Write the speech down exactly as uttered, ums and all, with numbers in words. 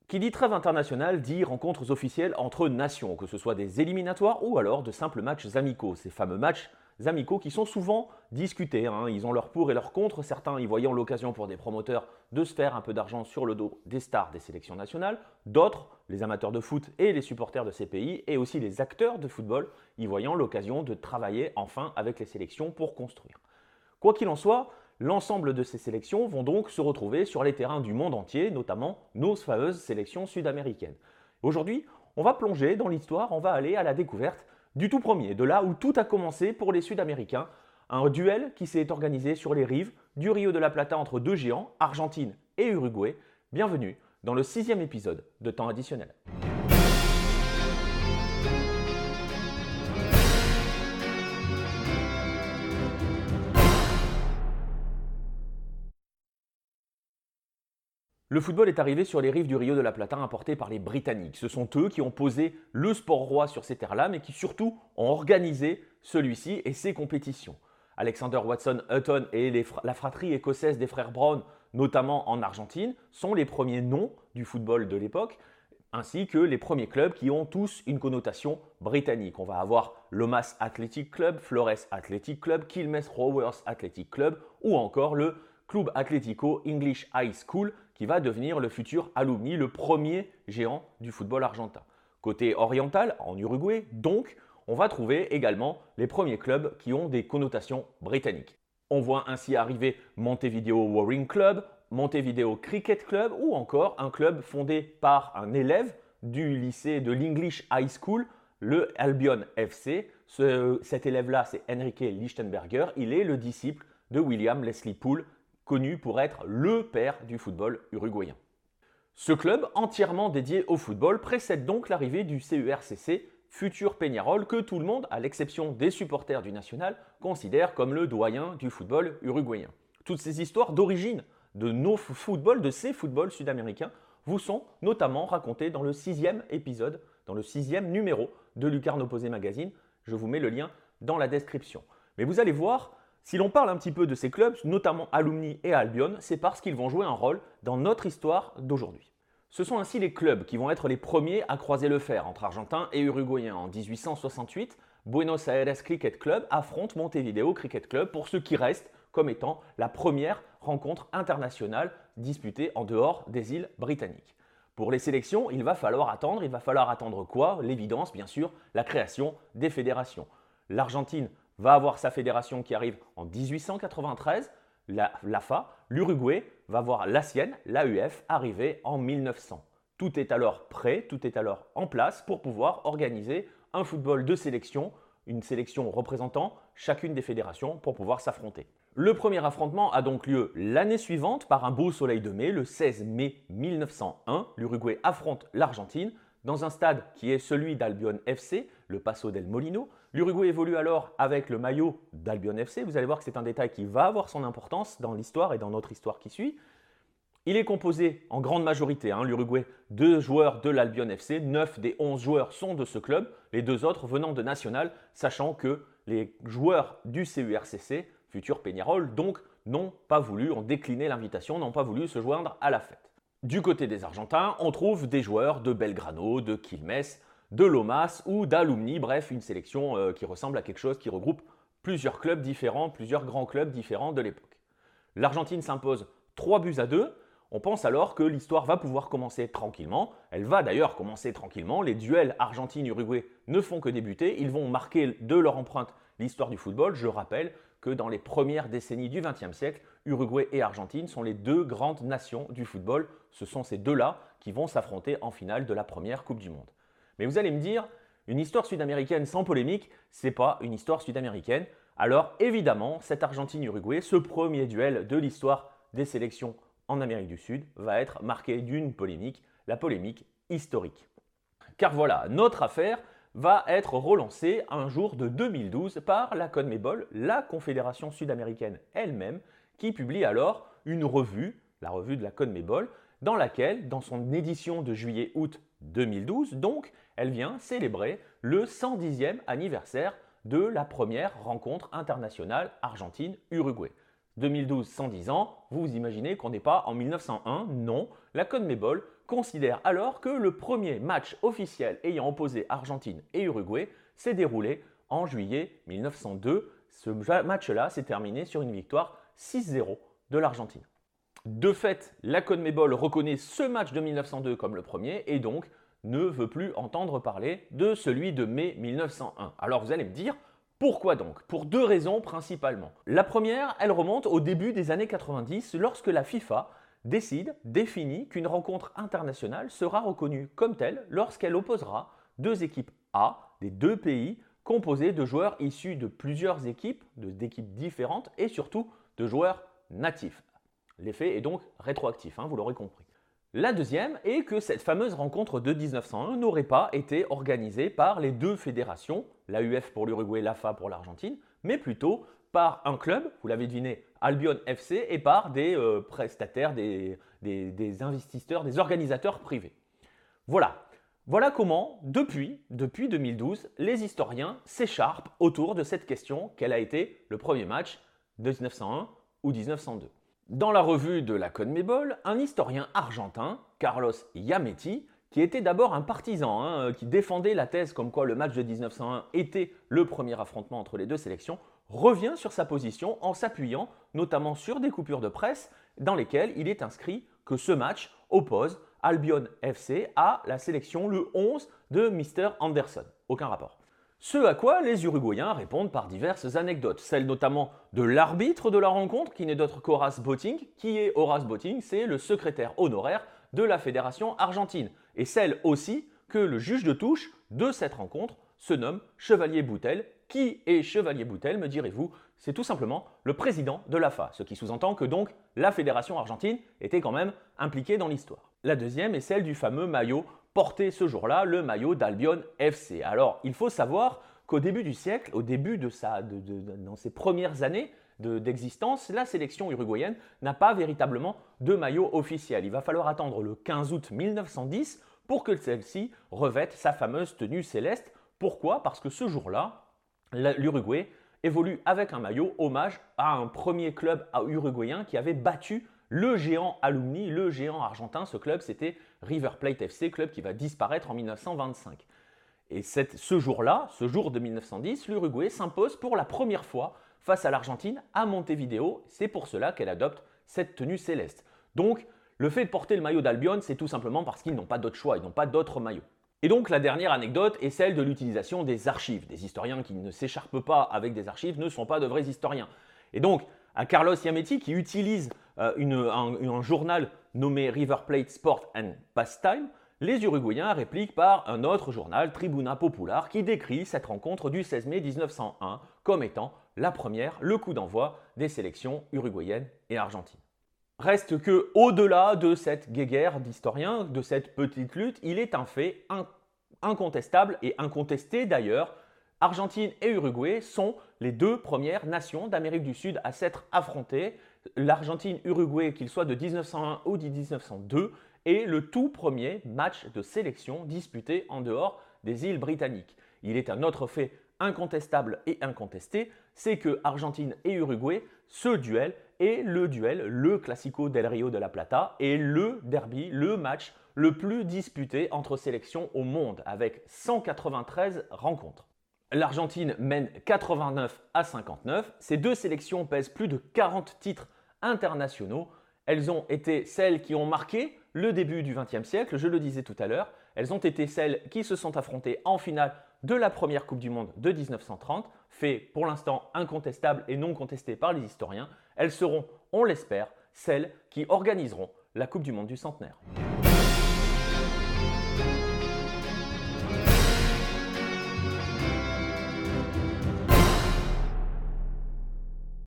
Qui dit trêve internationale dit rencontres officielles entre nations, que ce soit des éliminatoires ou alors de simples matchs amicaux. Ces fameux matchs amicaux qui sont souvent discutés, hein. Ils ont leurs pour et leurs contre, certains y voyant l'occasion pour des promoteurs de se faire un peu d'argent sur le dos des stars des sélections nationales, d'autres, les amateurs de foot et les supporters de ces pays, et aussi les acteurs de football, y voyant l'occasion de travailler enfin avec les sélections pour construire. Quoi qu'il en soit, l'ensemble de ces sélections vont donc se retrouver sur les terrains du monde entier, notamment nos fameuses sélections sud-américaines. Aujourd'hui, on va plonger dans l'histoire, on va aller à la découverte du tout premier, de là où tout a commencé pour les Sud-Américains, un duel qui s'est organisé sur les rives du Rio de la Plata entre deux géants, Argentine et Uruguay. Bienvenue dans le sixième épisode de Temps additionnel. Le football est arrivé sur les rives du Rio de la Plata importé par les Britanniques. Ce sont eux qui ont posé le sport roi sur ces terres-là, mais qui surtout ont organisé celui-ci et ses compétitions. Alexander Watson Hutton et les, la fratrie écossaise des frères Brown, notamment en Argentine, sont les premiers noms du football de l'époque, ainsi que les premiers clubs qui ont tous une connotation britannique. On va avoir Lomas Athletic Club, Flores Athletic Club, Quilmes Rowers Athletic Club ou encore le Club Atlético English High School qui va devenir le futur Alumni, le premier géant du football argentin. Côté oriental, en Uruguay, donc, on va trouver également les premiers clubs qui ont des connotations britanniques. On voit ainsi arriver Montevideo Warring Club, Montevideo Cricket Club ou encore un club fondé par un élève du lycée de l'English High School, le Albion F C. Ce, cet élève-là, c'est Enrique Lichtenberger. Il est le disciple de William Leslie Poole, connu pour être le père du football uruguayen. Ce club, entièrement dédié au football, précède donc l'arrivée du C U R C C, futur Peñarol, que tout le monde, à l'exception des supporters du National, considère comme le doyen du football uruguayen. Toutes ces histoires d'origine de nos footballs, de ces footballs sud-américains, vous sont notamment racontées dans le sixième épisode, dans le sixième numéro de Lucarne Opposé Magazine. Je vous mets le lien dans la description. Mais vous allez voir, si l'on parle un petit peu de ces clubs, notamment Alumni et Albion, c'est parce qu'ils vont jouer un rôle dans notre histoire d'aujourd'hui. Ce sont ainsi les clubs qui vont être les premiers à croiser le fer entre Argentins et Uruguayens. En dix-huit cent soixante-huit, Buenos Aires Cricket Club affronte Montevideo Cricket Club pour ce qui reste comme étant la première rencontre internationale disputée en dehors des îles britanniques. Pour les sélections, il va falloir attendre, il va falloir attendre quoi? L'évidence, bien sûr, la création des fédérations. L'Argentine va avoir sa fédération qui arrive en dix-huit cent quatre-vingt-treize, la, l'A F A. L'Uruguay va voir la sienne, l'A U F, arriver en mille neuf cents. Tout est alors prêt, tout est alors en place pour pouvoir organiser un football de sélection, une sélection représentant chacune des fédérations pour pouvoir s'affronter. Le premier affrontement a donc lieu l'année suivante par un beau soleil de mai, le seize mai mille neuf cent un. L'Uruguay affronte l'Argentine dans un stade qui est celui d'Albion F C, le Paso del Molino. L'Uruguay évolue alors avec le maillot d'Albion F C. Vous allez voir que c'est un détail qui va avoir son importance dans l'histoire et dans notre histoire qui suit. Il est composé en grande majorité, hein, l'Uruguay, de joueurs de l'Albion F C. neuf des onze joueurs sont de ce club, les deux autres venant de National, sachant que les joueurs du C U R C C, futur Peñarol, donc n'ont pas voulu, ont décliné l'invitation, n'ont pas voulu se joindre à la fête. Du côté des Argentins, on trouve des joueurs de Belgrano, de Quilmes, de Lomas ou d'Alumni, bref, une sélection euh, qui ressemble à quelque chose qui regroupe plusieurs clubs différents, plusieurs grands clubs différents de l'époque. L'Argentine s'impose trois buts à deux. On pense alors que l'histoire va pouvoir commencer tranquillement. Elle va d'ailleurs commencer tranquillement. Les duels Argentine-Uruguay ne font que débuter. Ils vont marquer de leur empreinte l'histoire du football. Je rappelle que dans les premières décennies du vingtième siècle, Uruguay et Argentine sont les deux grandes nations du football. Ce sont ces deux-là qui vont s'affronter en finale de la première Coupe du Monde. Mais vous allez me dire, une histoire sud-américaine sans polémique, ce n'est pas une histoire sud-américaine. Alors évidemment, cette Argentine-Uruguay, ce premier duel de l'histoire des sélections en Amérique du Sud, va être marqué d'une polémique, la polémique historique. Car voilà, notre affaire va être relancée un jour de deux mille douze par la CONMEBOL, la Confédération sud-américaine elle-même, qui publie alors une revue, la revue de la CONMEBOL, dans laquelle, dans son édition de juillet-août deux mille douze, donc, elle vient célébrer le cent dixième anniversaire de la première rencontre internationale Argentine-Uruguay. deux mille douze, cent dix ans, vous vous imaginez qu'on n'est pas en mille neuf cent un, non. La CONMEBOL considère alors que le premier match officiel ayant opposé Argentine et Uruguay s'est déroulé en juillet mille neuf cent deux. Ce match-là s'est terminé sur une victoire six zéro de l'Argentine. De fait, la CONMEBOL reconnaît ce match de mille neuf cent deux comme le premier et donc ne veut plus entendre parler de celui de mai mille neuf cent un. Alors vous allez me dire, pourquoi donc? Pour deux raisons principalement. La première, elle remonte au début des années quatre-vingt-dix lorsque la FIFA décide, définit qu'une rencontre internationale sera reconnue comme telle lorsqu'elle opposera deux équipes A des deux pays composés de joueurs issus de plusieurs équipes, d'équipes différentes et surtout de joueurs natifs. L'effet est donc rétroactif, hein, vous l'aurez compris. La deuxième est que cette fameuse rencontre de mille neuf cent un n'aurait pas été organisée par les deux fédérations, l'A U F pour l'Uruguay et l'A F A pour l'Argentine, mais plutôt par un club, vous l'avez deviné, Albion F C, et par des euh, prestataires, des, des, des investisseurs, des organisateurs privés. Voilà. Voilà comment, depuis, depuis deux mille douze, les historiens s'écharpent autour de cette question: quel a été le premier match de mille neuf cent un ou mille neuf cent deux. Dans la revue de la CONMEBOL, un historien argentin, Carlos Giametti, qui était d'abord un partisan, hein, qui défendait la thèse comme quoi le match de mille neuf cent un était le premier affrontement entre les deux sélections, revient sur sa position en s'appuyant notamment sur des coupures de presse dans lesquelles il est inscrit que ce match oppose Albion F C à la sélection le onze de mister Anderson. Aucun rapport. Ce à quoi les Uruguayens répondent par diverses anecdotes, celle notamment de l'arbitre de la rencontre qui n'est d'autre qu'Horace Boting. Qui est Horace Boting? C'est le secrétaire honoraire de la fédération argentine. Et celle aussi que le juge de touche de cette rencontre se nomme Chevalier Boutel. Qui est Chevalier Boutel, me direz-vous? C'est tout simplement le président de l'A F A, ce qui sous-entend que donc la fédération argentine était quand même impliquée dans l'histoire. La deuxième est celle du fameux maillot porté ce jour-là, le maillot d'Albion F C. Alors, il faut savoir qu'au début du siècle, au début de sa, de, de, de, dans ses premières années d'existence, la sélection uruguayenne n'a pas véritablement de maillot officiel. Il va falloir attendre le quinze août mille neuf cent dix pour que celle-ci revête sa fameuse tenue céleste. Pourquoi? Parce que ce jour-là, l'Uruguay évolue avec un maillot hommage à un premier club uruguayen qui avait battu le géant Alumni, le géant argentin. Ce club, c'était River Plate F C, club qui va disparaître en mille neuf cent vingt-cinq. Et cette, ce jour-là, ce jour de mille neuf cent dix, l'Uruguay s'impose pour la première fois face à l'Argentine à Montevideo. C'est pour cela qu'elle adopte cette tenue céleste. Donc, le fait de porter le maillot d'Albion, c'est tout simplement parce qu'ils n'ont pas d'autre choix, ils n'ont pas d'autre maillot. Et donc, la dernière anecdote est celle de l'utilisation des archives. Des historiens qui ne s'écharpent pas avec des archives ne sont pas de vrais historiens. Et donc, à Carlos Giametti, qui utilise euh, une, un, un journal nommé River Plate Sport and Pastime, les Uruguayens répliquent par un autre journal, Tribuna Popular, qui décrit cette rencontre du seize mai mille neuf cent un comme étant la première, le coup d'envoi des sélections uruguayennes et argentines. Reste que, au-delà de cette guéguerre d'historiens, de cette petite lutte, il est un fait in- incontestable et incontesté d'ailleurs. Argentine et Uruguay sont les deux premières nations d'Amérique du Sud à s'être affrontées. L'Argentine-Uruguay, qu'il soit de mille neuf cent un ou de mille neuf cent deux, est le tout premier match de sélection disputé en dehors des îles britanniques. Il est un autre fait incontestable et incontesté, c'est que Argentine et Uruguay, ce duel est le duel, le Classico del Rio de la Plata, et le derby, le match le plus disputé entre sélections au monde, avec cent quatre-vingt-treize rencontres. L'Argentine mène quatre-vingt-neuf à cinquante-neuf. Ces deux sélections pèsent plus de quarante titres internationaux. Elles ont été celles qui ont marqué le début du vingtième siècle, je le disais tout à l'heure. Elles ont été celles qui se sont affrontées en finale de la première Coupe du Monde de mille neuf cent trente, fait pour l'instant incontestable et non contesté par les historiens. Elles seront, on l'espère, celles qui organiseront la Coupe du Monde du centenaire.